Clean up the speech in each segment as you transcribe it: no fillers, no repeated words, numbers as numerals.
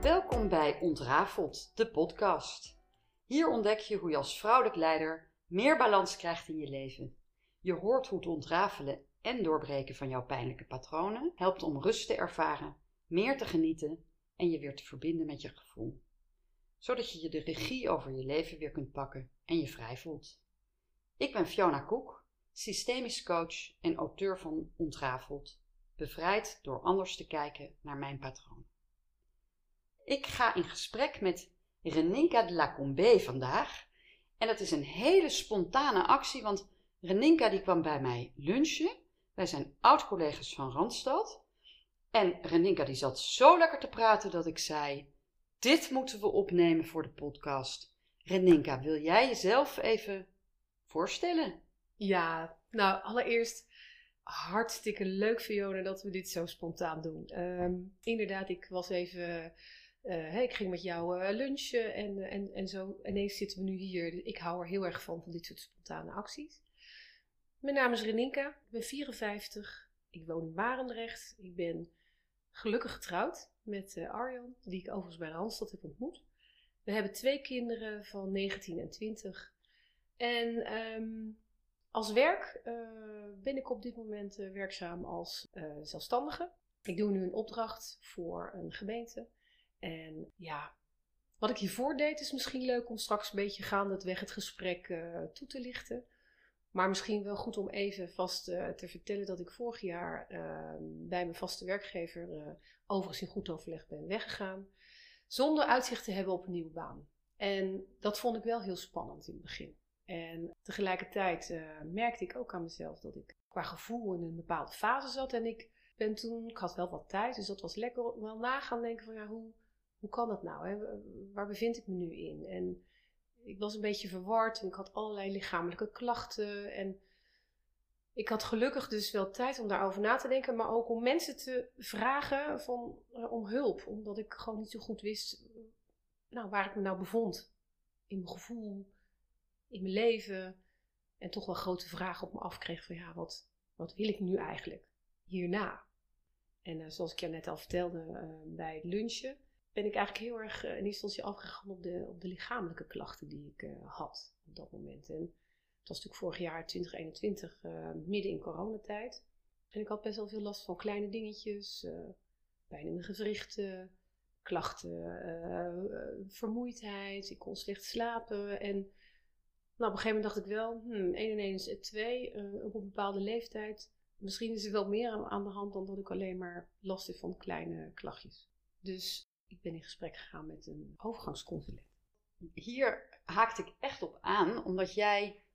Welkom bij Ontrafeld, de podcast. Hier ontdek je hoe je als vrouwelijk leider meer balans krijgt in je leven. Je hoort hoe het ontrafelen en doorbreken van jouw pijnlijke patronen helpt om rust te ervaren, meer te genieten en je weer te verbinden met je gevoel. Zodat je de regie over je leven weer kunt pakken en je vrij voelt. Ik ben Fiona Koek, systemisch coach en auteur van Ontrafeld, bevrijd door anders te kijken naar mijn patroon. Ik ga in gesprek met Reninka de la Combé vandaag. En dat is een hele spontane actie, want Reninka die kwam bij mij lunchen. Wij zijn oud-collega's van Randstad. En Reninka die zat zo lekker te praten dat ik zei, dit moeten we opnemen voor de podcast. Reninka, wil jij jezelf even voorstellen? Ja, nou allereerst hartstikke leuk Fiona dat we dit zo spontaan doen. Inderdaad, ik was even... ik ging met jou lunchen en zo. Ineens zitten we nu hier. Dus ik hou er heel erg van dit soort spontane acties. Mijn naam is Reninka. Ik ben 54. Ik woon in Barendrecht. Ik ben gelukkig getrouwd met Arjan, die ik overigens bij de Randstad heb ontmoet. We hebben 2 kinderen van 19 en 20. En als werk ben ik op dit moment werkzaam als zelfstandige. Ik doe nu een opdracht voor een gemeente. En ja, wat ik hiervoor deed is misschien leuk om straks een beetje gaandeweg het gesprek toe te lichten. Maar misschien wel goed om even vast te vertellen dat ik vorig jaar bij mijn vaste werkgever overigens in goed overleg ben weggegaan. Zonder uitzicht te hebben op een nieuwe baan. En dat vond ik wel heel spannend in het begin. En tegelijkertijd merkte ik ook aan mezelf dat ik qua gevoel in een bepaalde fase zat. En ik had wel wat tijd, dus dat was lekker wel na gaan denken van ja, hoe kan dat nou? Hè? Waar bevind ik me nu in? En ik was een beetje verward en ik had allerlei lichamelijke klachten. En ik had gelukkig dus wel tijd om daarover na te denken, maar ook om mensen te vragen om hulp. Omdat ik gewoon niet zo goed wist waar ik me nou bevond. In mijn gevoel, in mijn leven. En toch wel grote vragen op me afkreeg van ja, wat wil ik nu eigenlijk hierna? En zoals ik jou net al vertelde bij het lunchen, ben ik eigenlijk heel erg in eerste instantie afgegaan op de lichamelijke klachten die ik had op dat moment. En het was natuurlijk vorig jaar 2021, midden in coronatijd. En ik had best wel veel last van kleine dingetjes, pijn in mijn gewrichten, klachten, vermoeidheid. Ik kon slecht slapen. En op een gegeven moment dacht ik wel, 1 en 1 is 2, op een bepaalde leeftijd. Misschien is er wel meer aan de hand dan dat ik alleen maar last heb van kleine klachtjes. Dus ik ben in gesprek gegaan met een overgangsconsulent. Hier haakte ik echt op aan, omdat jij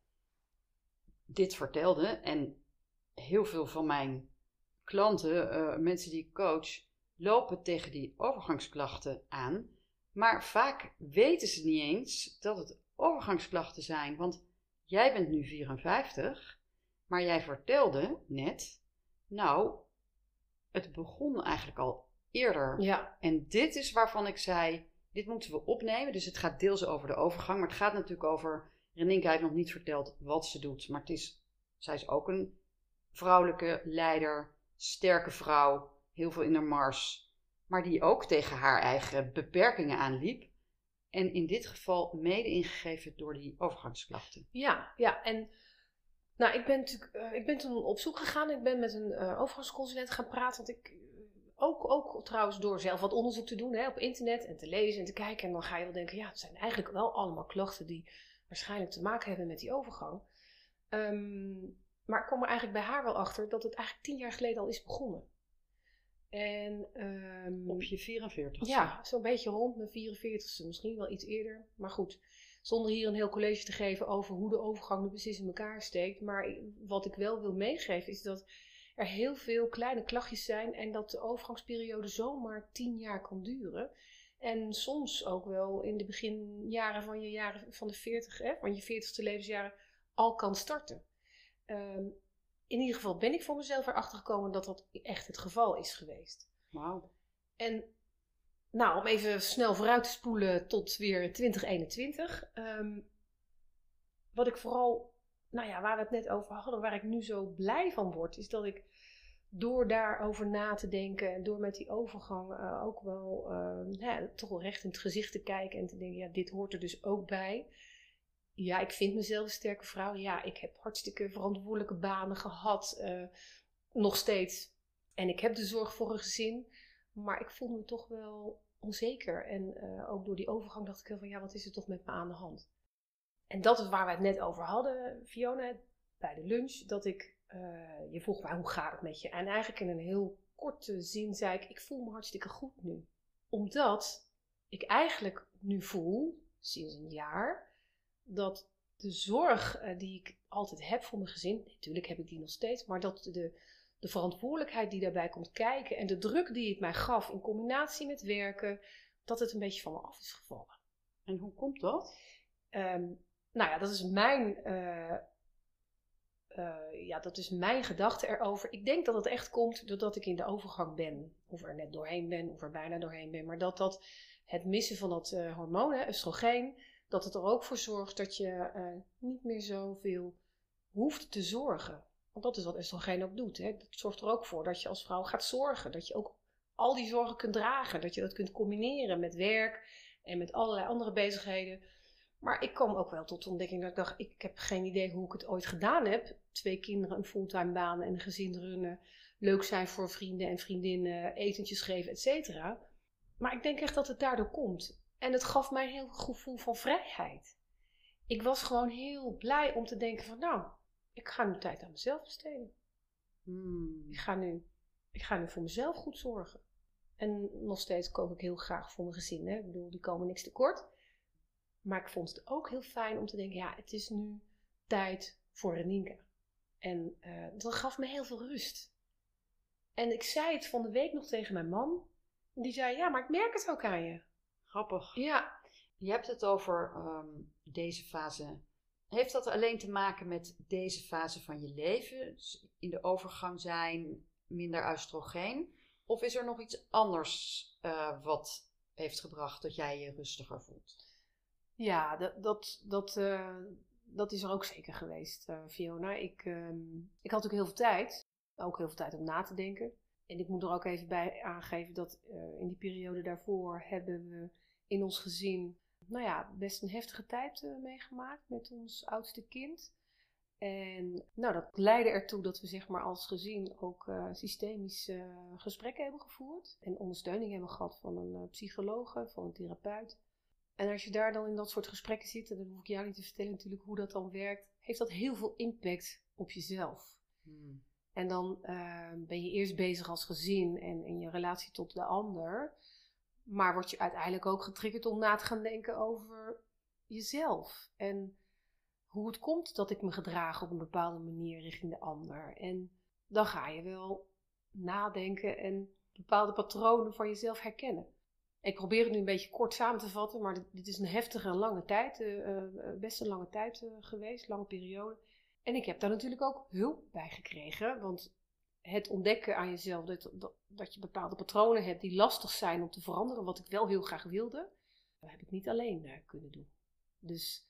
dit vertelde. En heel veel van mijn klanten, mensen die ik coach, lopen tegen die overgangsklachten aan. Maar vaak weten ze niet eens dat het overgangsklachten zijn. Want jij bent nu 54, maar jij vertelde net, het begon eigenlijk al eerder. Ja. En dit is waarvan ik zei, dit moeten we opnemen. Dus het gaat deels over de overgang, maar het gaat natuurlijk over, Reninka heeft nog niet verteld wat ze doet. Maar zij is ook een vrouwelijke leider, sterke vrouw, heel veel in haar mars. Maar die ook tegen haar eigen beperkingen aanliep. En in dit geval mede ingegeven door die overgangsklachten. Ja, en ik ben toen op zoek gegaan. Ik ben met een overgangsconsulent gaan praten. Want ik ook trouwens door zelf wat onderzoek te doen op internet en te lezen en te kijken. En dan ga je wel denken, ja, het zijn eigenlijk wel allemaal klachten die waarschijnlijk te maken hebben met die overgang. Maar ik kwam er eigenlijk bij haar wel achter dat het eigenlijk 10 jaar geleden al is begonnen. En, op je 44? Ja, zo'n beetje rond mijn 44ste, misschien wel iets eerder. Maar goed, zonder hier een heel college te geven over hoe de overgang nu precies in elkaar steekt. Maar wat ik wel wil meegeven is dat er heel veel kleine klachtjes zijn en dat de overgangsperiode zomaar 10 jaar kan duren. En soms ook wel in de beginjaren van de 40, van je 40ste levensjaren al kan starten. In ieder geval ben ik voor mezelf erachter gekomen dat dat echt het geval is geweest. Wauw. En om even snel vooruit te spoelen tot weer 2021. Wat ik vooral, waar we het net over hadden, waar ik nu zo blij van word, is dat ik door daarover na te denken en door met die overgang ook wel toch wel recht in het gezicht te kijken en te denken, ja, dit hoort er dus ook bij. Ja, ik vind mezelf een sterke vrouw. Ja, ik heb hartstikke verantwoordelijke banen gehad, nog steeds. En ik heb de zorg voor een gezin, maar ik voelde me toch wel onzeker. En ook door die overgang dacht ik heel van, ja, wat is er toch met me aan de hand? En dat is waar we het net over hadden, Fiona, bij de lunch, dat je vroeg mij, hoe gaat het met je? En eigenlijk in een heel korte zin zei ik voel me hartstikke goed nu. Omdat ik eigenlijk nu voel, sinds een jaar, dat de zorg die ik altijd heb voor mijn gezin, natuurlijk heb ik die nog steeds, maar dat de verantwoordelijkheid die daarbij komt kijken en de druk die het mij gaf in combinatie met werken, dat het een beetje van me af is gevallen. En hoe komt dat? Nou ja, dat is mijn gedachte erover. Ik denk dat het echt komt doordat ik in de overgang ben. Of er net doorheen ben, of er bijna doorheen ben. Maar dat het missen van dat hormoon, oestrogeen, dat het er ook voor zorgt dat je niet meer zoveel hoeft te zorgen. Want dat is wat oestrogeen ook doet. Hè. Dat zorgt er ook voor dat je als vrouw gaat zorgen. Dat je ook al die zorgen kunt dragen. Dat je dat kunt combineren met werk en met allerlei andere bezigheden. Maar ik kwam ook wel tot de ontdekking dat ik dacht, ik heb geen idee hoe ik het ooit gedaan heb. 2 kinderen, een fulltime baan en een gezin runnen. Leuk zijn voor vrienden en vriendinnen, etentjes geven, et cetera. Maar ik denk echt dat het daardoor komt. En het gaf mij een heel gevoel van vrijheid. Ik was gewoon heel blij om te denken van, nou, ik ga nu tijd aan mezelf besteden. Ik ga nu voor mezelf goed zorgen. En nog steeds kook ik heel graag voor mijn gezin. Hè? Ik bedoel, die komen niks tekort. Maar ik vond het ook heel fijn om te denken, ja, het is nu tijd voor Reninka. En dat gaf me heel veel rust. En ik zei het van de week nog tegen mijn man. Die zei, ja, maar ik merk het ook aan je. Grappig. Ja. Je hebt het over deze fase. Heeft dat alleen te maken met deze fase van je leven? Dus in de overgang zijn, minder oestrogeen? Of is er nog iets anders wat heeft gebracht dat jij je rustiger voelt? Ja, dat is er ook zeker geweest, Fiona. Ik had ook heel veel tijd. Ook heel veel tijd om na te denken. En ik moet er ook even bij aangeven dat in die periode daarvoor hebben we in ons gezin best een heftige tijd meegemaakt met ons oudste kind. En dat leidde ertoe dat we zeg maar als gezin ook systemisch gesprekken hebben gevoerd. En ondersteuning hebben gehad van een psycholoog, van een therapeut. En als je daar dan in dat soort gesprekken zit, en dat hoef ik jou niet te vertellen natuurlijk hoe dat dan werkt, heeft dat heel veel impact op jezelf. En dan ben je eerst bezig als gezin en in je relatie tot de ander. Maar word je uiteindelijk ook getriggerd om na te gaan denken over jezelf. En hoe het komt dat ik me gedraag op een bepaalde manier richting de ander. En dan ga je wel nadenken en bepaalde patronen van jezelf herkennen. Ik probeer het nu een beetje kort samen te vatten, maar dit is een heftige en lange tijd. Best een lange tijd geweest, lange periode. En ik heb daar natuurlijk ook hulp bij gekregen. Want het ontdekken aan jezelf dat je bepaalde patronen hebt die lastig zijn om te veranderen, wat ik wel heel graag wilde, dat heb ik niet alleen kunnen doen. Dus,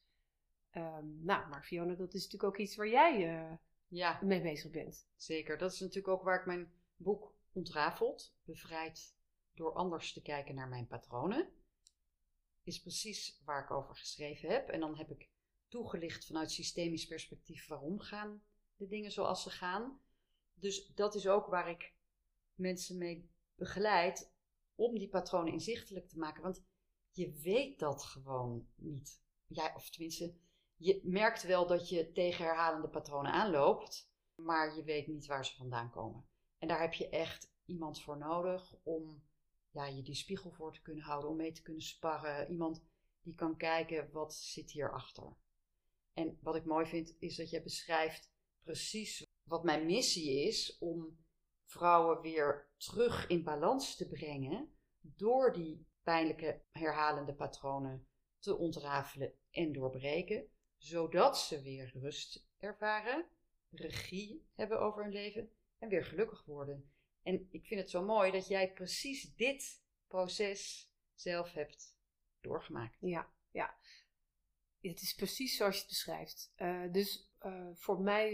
maar Fiona, dat is natuurlijk ook iets waar jij mee bezig bent. Zeker, dat is natuurlijk ook waar ik mijn boek Ontrafeld, bevrijd door anders te kijken naar mijn patronen, is precies waar ik over geschreven heb. En dan heb ik toegelicht vanuit systemisch perspectief waarom gaan de dingen zoals ze gaan. Dus dat is ook waar ik mensen mee begeleid om die patronen inzichtelijk te maken. Want je weet dat gewoon niet. Of tenminste, je merkt wel dat je tegen herhalende patronen aanloopt, maar je weet niet waar ze vandaan komen. En daar heb je echt iemand voor nodig om je die spiegel voor te kunnen houden, om mee te kunnen sparren. Iemand die kan kijken, wat zit hierachter? En wat ik mooi vind, is dat je beschrijft precies wat mijn missie is, om vrouwen weer terug in balans te brengen, door die pijnlijke herhalende patronen te ontrafelen en doorbreken, zodat ze weer rust ervaren, regie hebben over hun leven en weer gelukkig worden. En ik vind het zo mooi dat jij precies dit proces zelf hebt doorgemaakt. Ja. Het is precies zoals je het beschrijft. Dus voor mij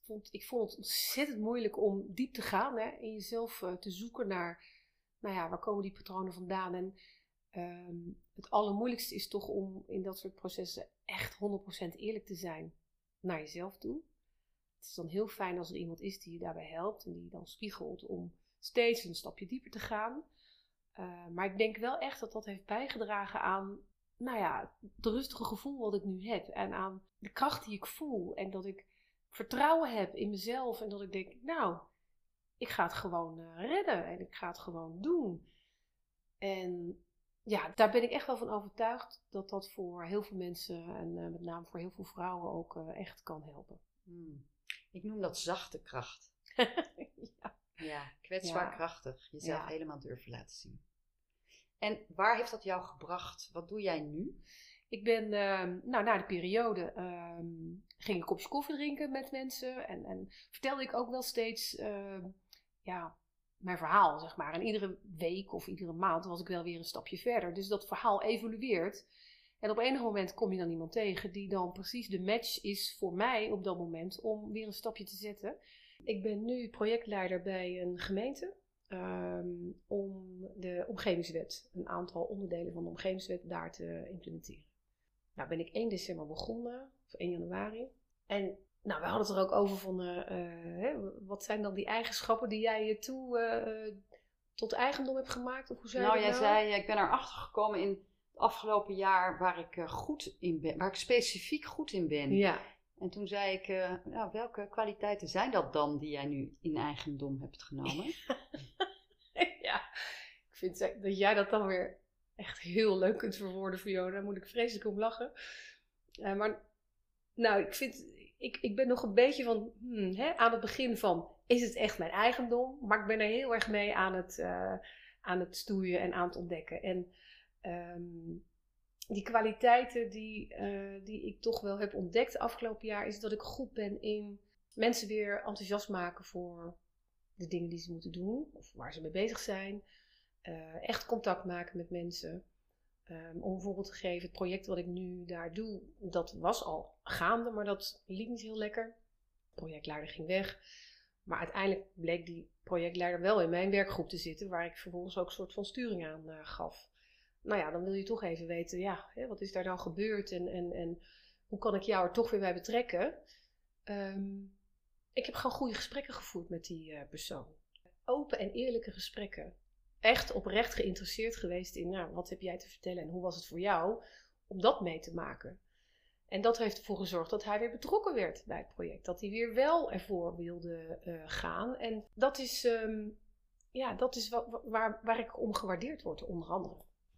ik vond het ontzettend moeilijk om diep te gaan. Hè, in jezelf te zoeken naar, waar komen die patronen vandaan? En het allermoeilijkste is toch om in dat soort processen echt 100% eerlijk te zijn naar jezelf toe. Het is dan heel fijn als er iemand is die je daarbij helpt en die je dan spiegelt om steeds een stapje dieper te gaan. Maar ik denk wel echt dat dat heeft bijgedragen aan het rustige gevoel wat ik nu heb. En aan de kracht die ik voel. En dat ik vertrouwen heb in mezelf. En dat ik denk, ik ga het gewoon redden. En ik ga het gewoon doen. En ja, daar ben ik echt wel van overtuigd dat dat voor heel veel mensen en met name voor heel veel vrouwen ook echt kan helpen. Ik noem dat zachte kracht. Ja. Ja, kwetsbaar krachtig. Jezelf helemaal durven laten zien. En waar heeft dat jou gebracht? Wat doe jij nu? Ik ben, na de periode ging ik een kopje koffie drinken met mensen. En vertelde ik ook wel steeds mijn verhaal, zeg maar. En iedere week of iedere maand was ik wel weer een stapje verder. Dus dat verhaal evolueert. En op enig moment kom je dan iemand tegen die dan precies de match is voor mij op dat moment om weer een stapje te zetten. Ik ben nu projectleider bij een gemeente om de omgevingswet, een aantal onderdelen van de omgevingswet daar te implementeren. Nou ben ik 1 december begonnen, of 1 januari. En we hadden het er ook over van, wat zijn dan die eigenschappen die jij je tot eigendom hebt gemaakt? Of hoe zei je jij zei, ik ben erachter gekomen in het afgelopen jaar waar ik goed in ben, waar ik specifiek goed in ben. Ja. En toen zei ik, welke kwaliteiten zijn dat dan die jij nu in eigendom hebt genomen? Ja, ik vind dat jij dat dan weer echt heel leuk kunt verwoorden, Fiona. Daar moet ik vreselijk om lachen. Ik ben nog een beetje van, aan het begin van, is het echt mijn eigendom? Maar ik ben er heel erg mee aan het stoeien en aan het ontdekken. En die kwaliteiten die ik toch wel heb ontdekt de afgelopen jaar, is dat ik goed ben in mensen weer enthousiast maken voor de dingen die ze moeten doen, of waar ze mee bezig zijn. Echt contact maken met mensen. Om een voorbeeld te geven, het project wat ik nu daar doe, dat was al gaande, maar dat liep niet heel lekker. De projectleider ging weg. Maar uiteindelijk bleek die projectleider wel in mijn werkgroep te zitten, waar ik vervolgens ook een soort van sturing aan gaf. Dan wil je toch even weten, wat is daar dan gebeurd en hoe kan ik jou er toch weer bij betrekken? Ik heb gewoon goede gesprekken gevoerd met die persoon. Open en eerlijke gesprekken. Echt oprecht geïnteresseerd geweest in, wat heb jij te vertellen en hoe was het voor jou om dat mee te maken. En dat heeft ervoor gezorgd dat hij weer betrokken werd bij het project. Dat hij weer wel ervoor wilde gaan. En dat is, waar ik om gewaardeerd word, onder andere.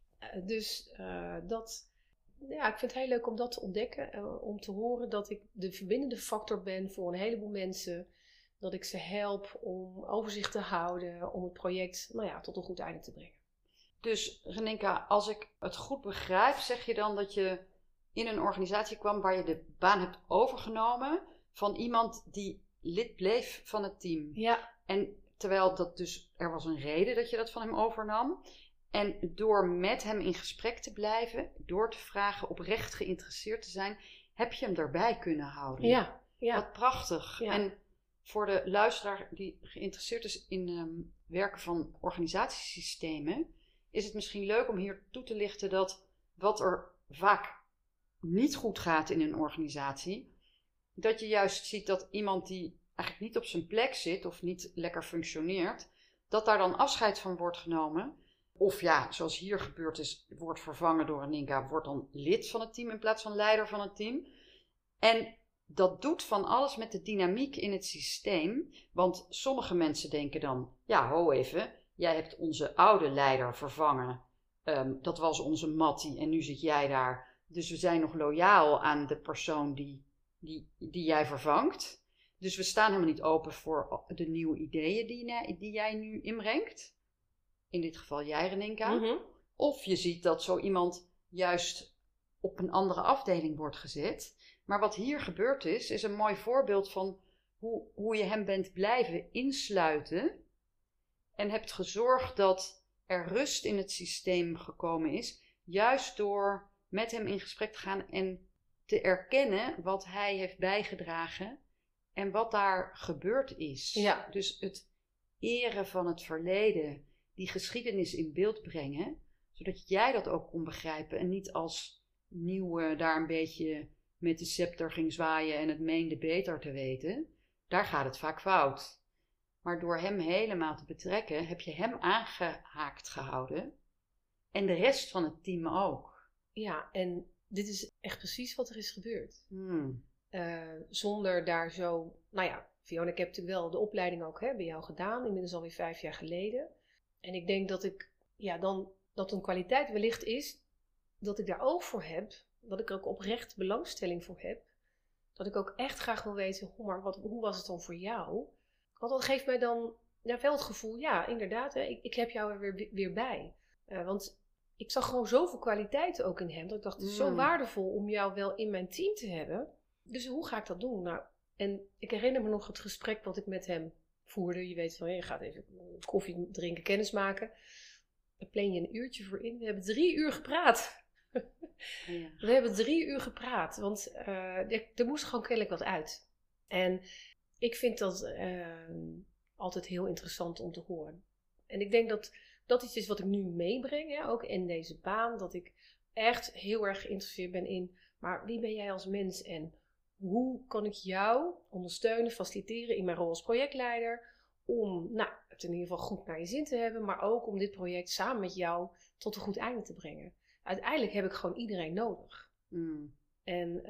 Ik vind het heel leuk om dat te ontdekken. Om te horen dat ik de verbindende factor ben voor een heleboel mensen. Dat ik ze help om overzicht te houden. Om het project tot een goed einde te brengen. Dus Reninka, als ik het goed begrijp, zeg je dan dat je in een organisatie kwam waar je de baan hebt overgenomen van iemand die lid bleef van het team. Ja. En terwijl dat dus, er was een reden dat je dat van hem overnam. En door met hem in gesprek te blijven, door te vragen, oprecht geïnteresseerd te zijn, heb je hem erbij kunnen houden. Ja. Wat prachtig. Ja. En voor de luisteraar die geïnteresseerd is in werken van organisatiesystemen, is het misschien leuk om hier toe te lichten dat wat er vaak niet goed gaat in een organisatie, dat je juist ziet dat iemand die eigenlijk niet op zijn plek zit of niet lekker functioneert, dat daar dan afscheid van wordt genomen. Of zoals hier gebeurd is, wordt vervangen door Reninka, wordt dan lid van het team in plaats van leider van het team. En dat doet van alles met de dynamiek in het systeem. Want sommige mensen denken dan, ho even, jij hebt onze oude leider vervangen. Dat was onze Mattie en nu zit jij daar. Dus we zijn nog loyaal aan de persoon die jij vervangt. Dus we staan helemaal niet open voor de nieuwe ideeën die jij nu inbrengt. In dit geval jij, Reninka. Mm-hmm. Of je ziet dat zo iemand juist op een andere afdeling wordt gezet. Maar wat hier gebeurd is een mooi voorbeeld van hoe je hem bent blijven insluiten. En hebt gezorgd dat er rust in het systeem gekomen is. Juist door met hem in gesprek te gaan en te erkennen wat hij heeft bijgedragen en wat daar gebeurd is. Ja. Dus het eren van het verleden, die geschiedenis in beeld brengen, zodat jij dat ook kon begrijpen en niet als nieuwe daar een beetje met de scepter ging zwaaien en het meende beter te weten. Daar gaat het vaak fout. Maar door hem helemaal te betrekken, heb je hem aangehaakt gehouden. En de rest van het team ook. Ja, en dit is echt precies wat er is gebeurd. Zonder daar zo... Nou ja, Fiona, ik heb natuurlijk wel de opleiding ook bij jou gedaan. Inmiddels alweer 5 jaar geleden. En ik denk dat dat een kwaliteit wellicht is dat ik daar oog voor heb. Dat ik er ook oprecht belangstelling voor heb. Dat ik ook echt graag wil weten, maar hoe was het dan voor jou? Want dat geeft mij dan wel het gevoel, ja, inderdaad, ik heb jou er weer bij. Want ik zag gewoon zoveel kwaliteiten ook in hem. Dat ik dacht, het is zo waardevol om jou wel in mijn team te hebben. Dus hoe ga ik dat doen? Nou, en ik herinner me nog het gesprek wat ik met hem voerde. Je weet van, je gaat even koffie drinken, kennis maken. Daar plan je een uurtje voor in. We hebben 3 uur gepraat. Ja. We hebben 3 uur gepraat. Want er moest gewoon kennelijk wat uit. En ik vind dat altijd heel interessant om te horen. En ik denk dat dat iets is wat ik nu meebreng. Ook in deze baan. Dat ik echt heel erg geïnteresseerd ben in... Maar wie ben jij als mens? En hoe kan ik jou ondersteunen, faciliteren in mijn rol als projectleider? Om het in ieder geval goed naar je zin te hebben. Maar ook om dit project samen met jou tot een goed einde te brengen. Uiteindelijk heb ik gewoon iedereen nodig. En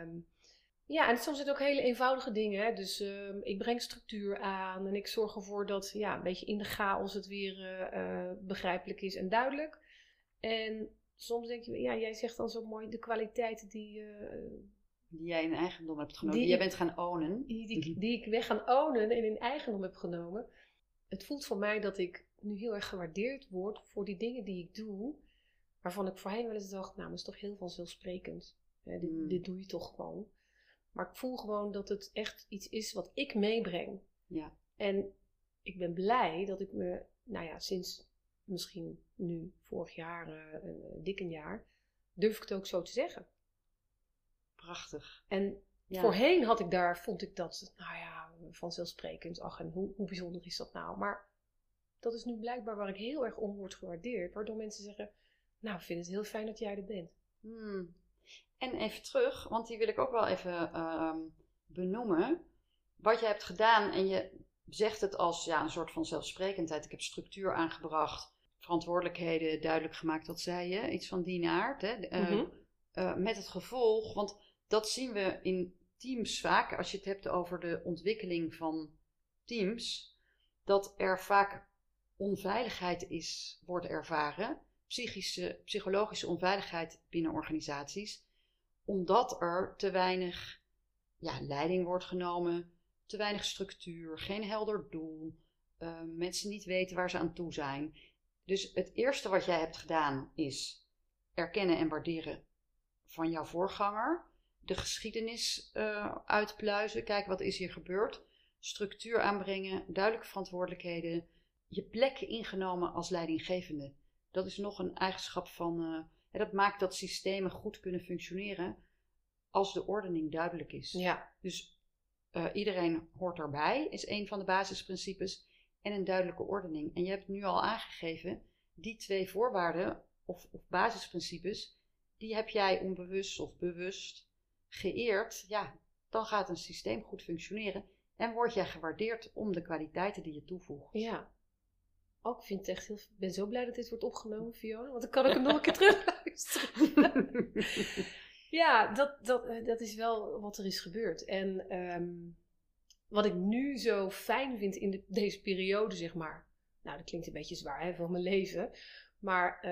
en soms zijn het ook hele eenvoudige dingen. Hè? Dus ik breng structuur aan. En ik zorg ervoor dat een beetje in de chaos het weer begrijpelijk is en duidelijk. En soms denk je, jij zegt dan zo mooi de kwaliteiten die jij in eigendom hebt genomen. Die jij bent gaan ownen. Die ik weg gaan ownen en in eigendom heb genomen. Het voelt voor mij dat ik nu heel erg gewaardeerd word voor die dingen die ik doe. Waarvan ik voorheen wel eens dacht, dat is toch heel vanzelfsprekend. Dit doe je toch gewoon. Maar ik voel gewoon dat het echt iets is wat ik meebreng. Ja. En ik ben blij dat ik me, sinds misschien nu vorig jaar, dik een jaar, durf ik het ook zo te zeggen. Prachtig. En voorheen vond ik dat, vanzelfsprekend. Ach, en hoe bijzonder is dat nou? Maar dat is nu blijkbaar waar ik heel erg om word gewaardeerd. Waardoor mensen zeggen, ik vind het heel fijn dat jij er bent. En even terug, want die wil ik ook wel even benoemen. Wat je hebt gedaan, en je zegt het als een soort van zelfsprekendheid. Ik heb structuur aangebracht, verantwoordelijkheden duidelijk gemaakt, dat zei je. Iets van die aard. Met het gevolg, want dat zien we in teams vaak. Als je het hebt over de ontwikkeling van teams. Dat er vaak onveiligheid wordt ervaren. Psychologische onveiligheid binnen organisaties. Omdat er te weinig leiding wordt genomen. Te weinig structuur. Geen helder doel. Mensen niet weten waar ze aan toe zijn. Dus het eerste wat jij hebt gedaan is erkennen en waarderen van jouw voorganger. De geschiedenis uitpluizen. Kijken wat is hier gebeurd. Structuur aanbrengen. Duidelijke verantwoordelijkheden. Je plek ingenomen als leidinggevende. Dat is nog een eigenschap van... dat maakt dat systemen goed kunnen functioneren als de ordening duidelijk is. Ja. Dus iedereen hoort erbij, is een van de basisprincipes. En een duidelijke ordening. En je hebt nu al aangegeven, die 2 voorwaarden of basisprincipes, die heb jij onbewust of bewust geëerd. Ja, dan gaat een systeem goed functioneren. En word jij gewaardeerd om de kwaliteiten die je toevoegt. Ja. Ik vind het echt ik ben zo blij dat dit wordt opgenomen, Fiona. Want dan kan ik hem nog een keer terugluisteren. Ja, dat is wel wat er is gebeurd. En wat ik nu zo fijn vind in deze periode, zeg maar. Dat klinkt een beetje zwaar van mijn leven. Maar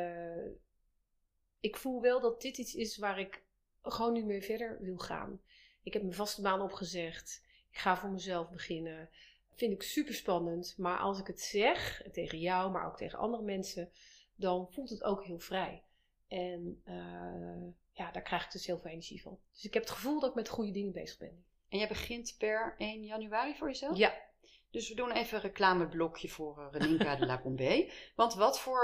ik voel wel dat dit iets is waar ik gewoon nu mee verder wil gaan. Ik heb mijn vaste baan opgezegd. Ik ga voor mezelf beginnen. Vind ik super spannend. Maar als ik het zeg, tegen jou, maar ook tegen andere mensen, dan voelt het ook heel vrij. En daar krijg ik dus heel veel energie van. Dus ik heb het gevoel dat ik met goede dingen bezig ben. En jij begint per 1 januari voor jezelf? Ja. Dus we doen even een reclameblokje voor Reninka de La Bombay. Want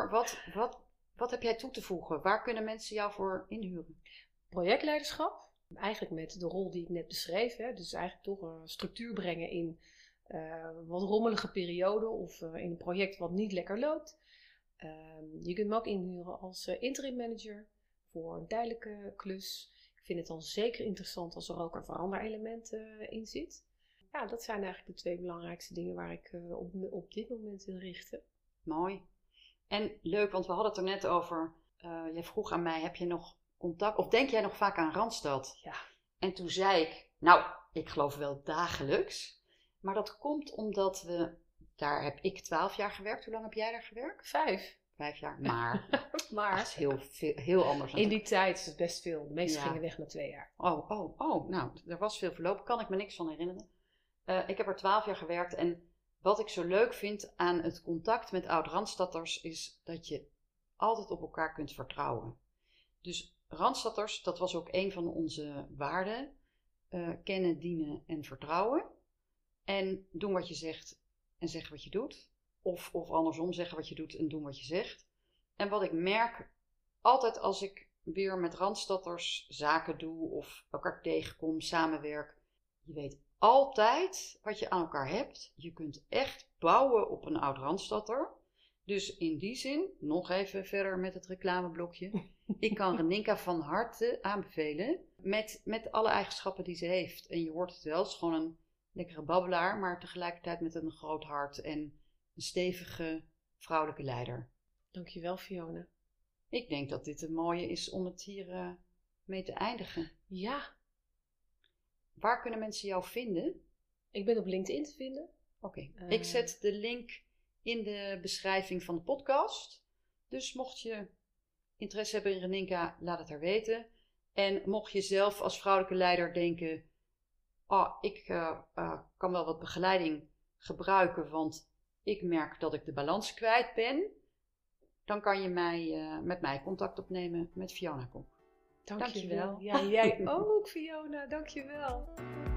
wat heb jij toe te voegen? Waar kunnen mensen jou voor inhuren? Projectleiderschap. Eigenlijk met de rol die ik net beschreef. Hè, dus eigenlijk toch structuur brengen in wat rommelige periode of in een project wat niet lekker loopt. Je kunt me ook inhuren als interim manager voor een tijdelijke klus. Ik vind het dan zeker interessant als er ook een veranderelement in zit. Ja, dat zijn eigenlijk de 2 belangrijkste dingen waar ik op dit moment wil richten. Mooi. En leuk, want we hadden het er net over. Jij vroeg aan mij, heb je nog contact? Of denk jij nog vaak aan Randstad? Ja. En toen zei ik, nou, ik geloof wel dagelijks. Maar dat komt omdat daar heb ik 12 jaar gewerkt. Hoe lang heb jij daar gewerkt? 5. 5 jaar. Maar, Maar dat is heel anders. In die tijd is het best veel. De meesten Ja. gingen weg na 2 jaar. Oh, nou, er was veel verloop. Kan ik me niks van herinneren. Ik heb er 12 jaar gewerkt en wat ik zo leuk vind aan het contact met oud-Randstadders is dat je altijd op elkaar kunt vertrouwen. Dus Randstadders, dat was ook een van onze waarden. Kennen, dienen en vertrouwen. En doen wat je zegt en zeggen wat je doet. Of andersom, zeggen wat je doet en doen wat je zegt. En wat ik merk, altijd als ik weer met Randstadders zaken doe of elkaar tegenkom, samenwerk. Je weet altijd wat je aan elkaar hebt. Je kunt echt bouwen op een oud Randstadder. Dus in die zin, nog even verder met het reclameblokje. Ik kan Reninka van harte aanbevelen met alle eigenschappen die ze heeft. En je hoort het wel, het is gewoon een lekkere babbelaar, maar tegelijkertijd met een groot hart en een stevige vrouwelijke leider. Dankjewel, Fiona. Ik denk dat dit een mooie is om het hier mee te eindigen. Ja. Waar kunnen mensen jou vinden? Ik ben op LinkedIn te vinden. Oké. Ik zet de link in de beschrijving van de podcast. Dus mocht je interesse hebben in Reninka, laat het haar weten. En mocht je zelf als vrouwelijke leider denken, ik kan wel wat begeleiding gebruiken, want ik merk dat ik de balans kwijt ben, dan kan je met mij contact opnemen met Fiona Kok. Dankjewel. Ja, jij ook, Fiona. Dankjewel.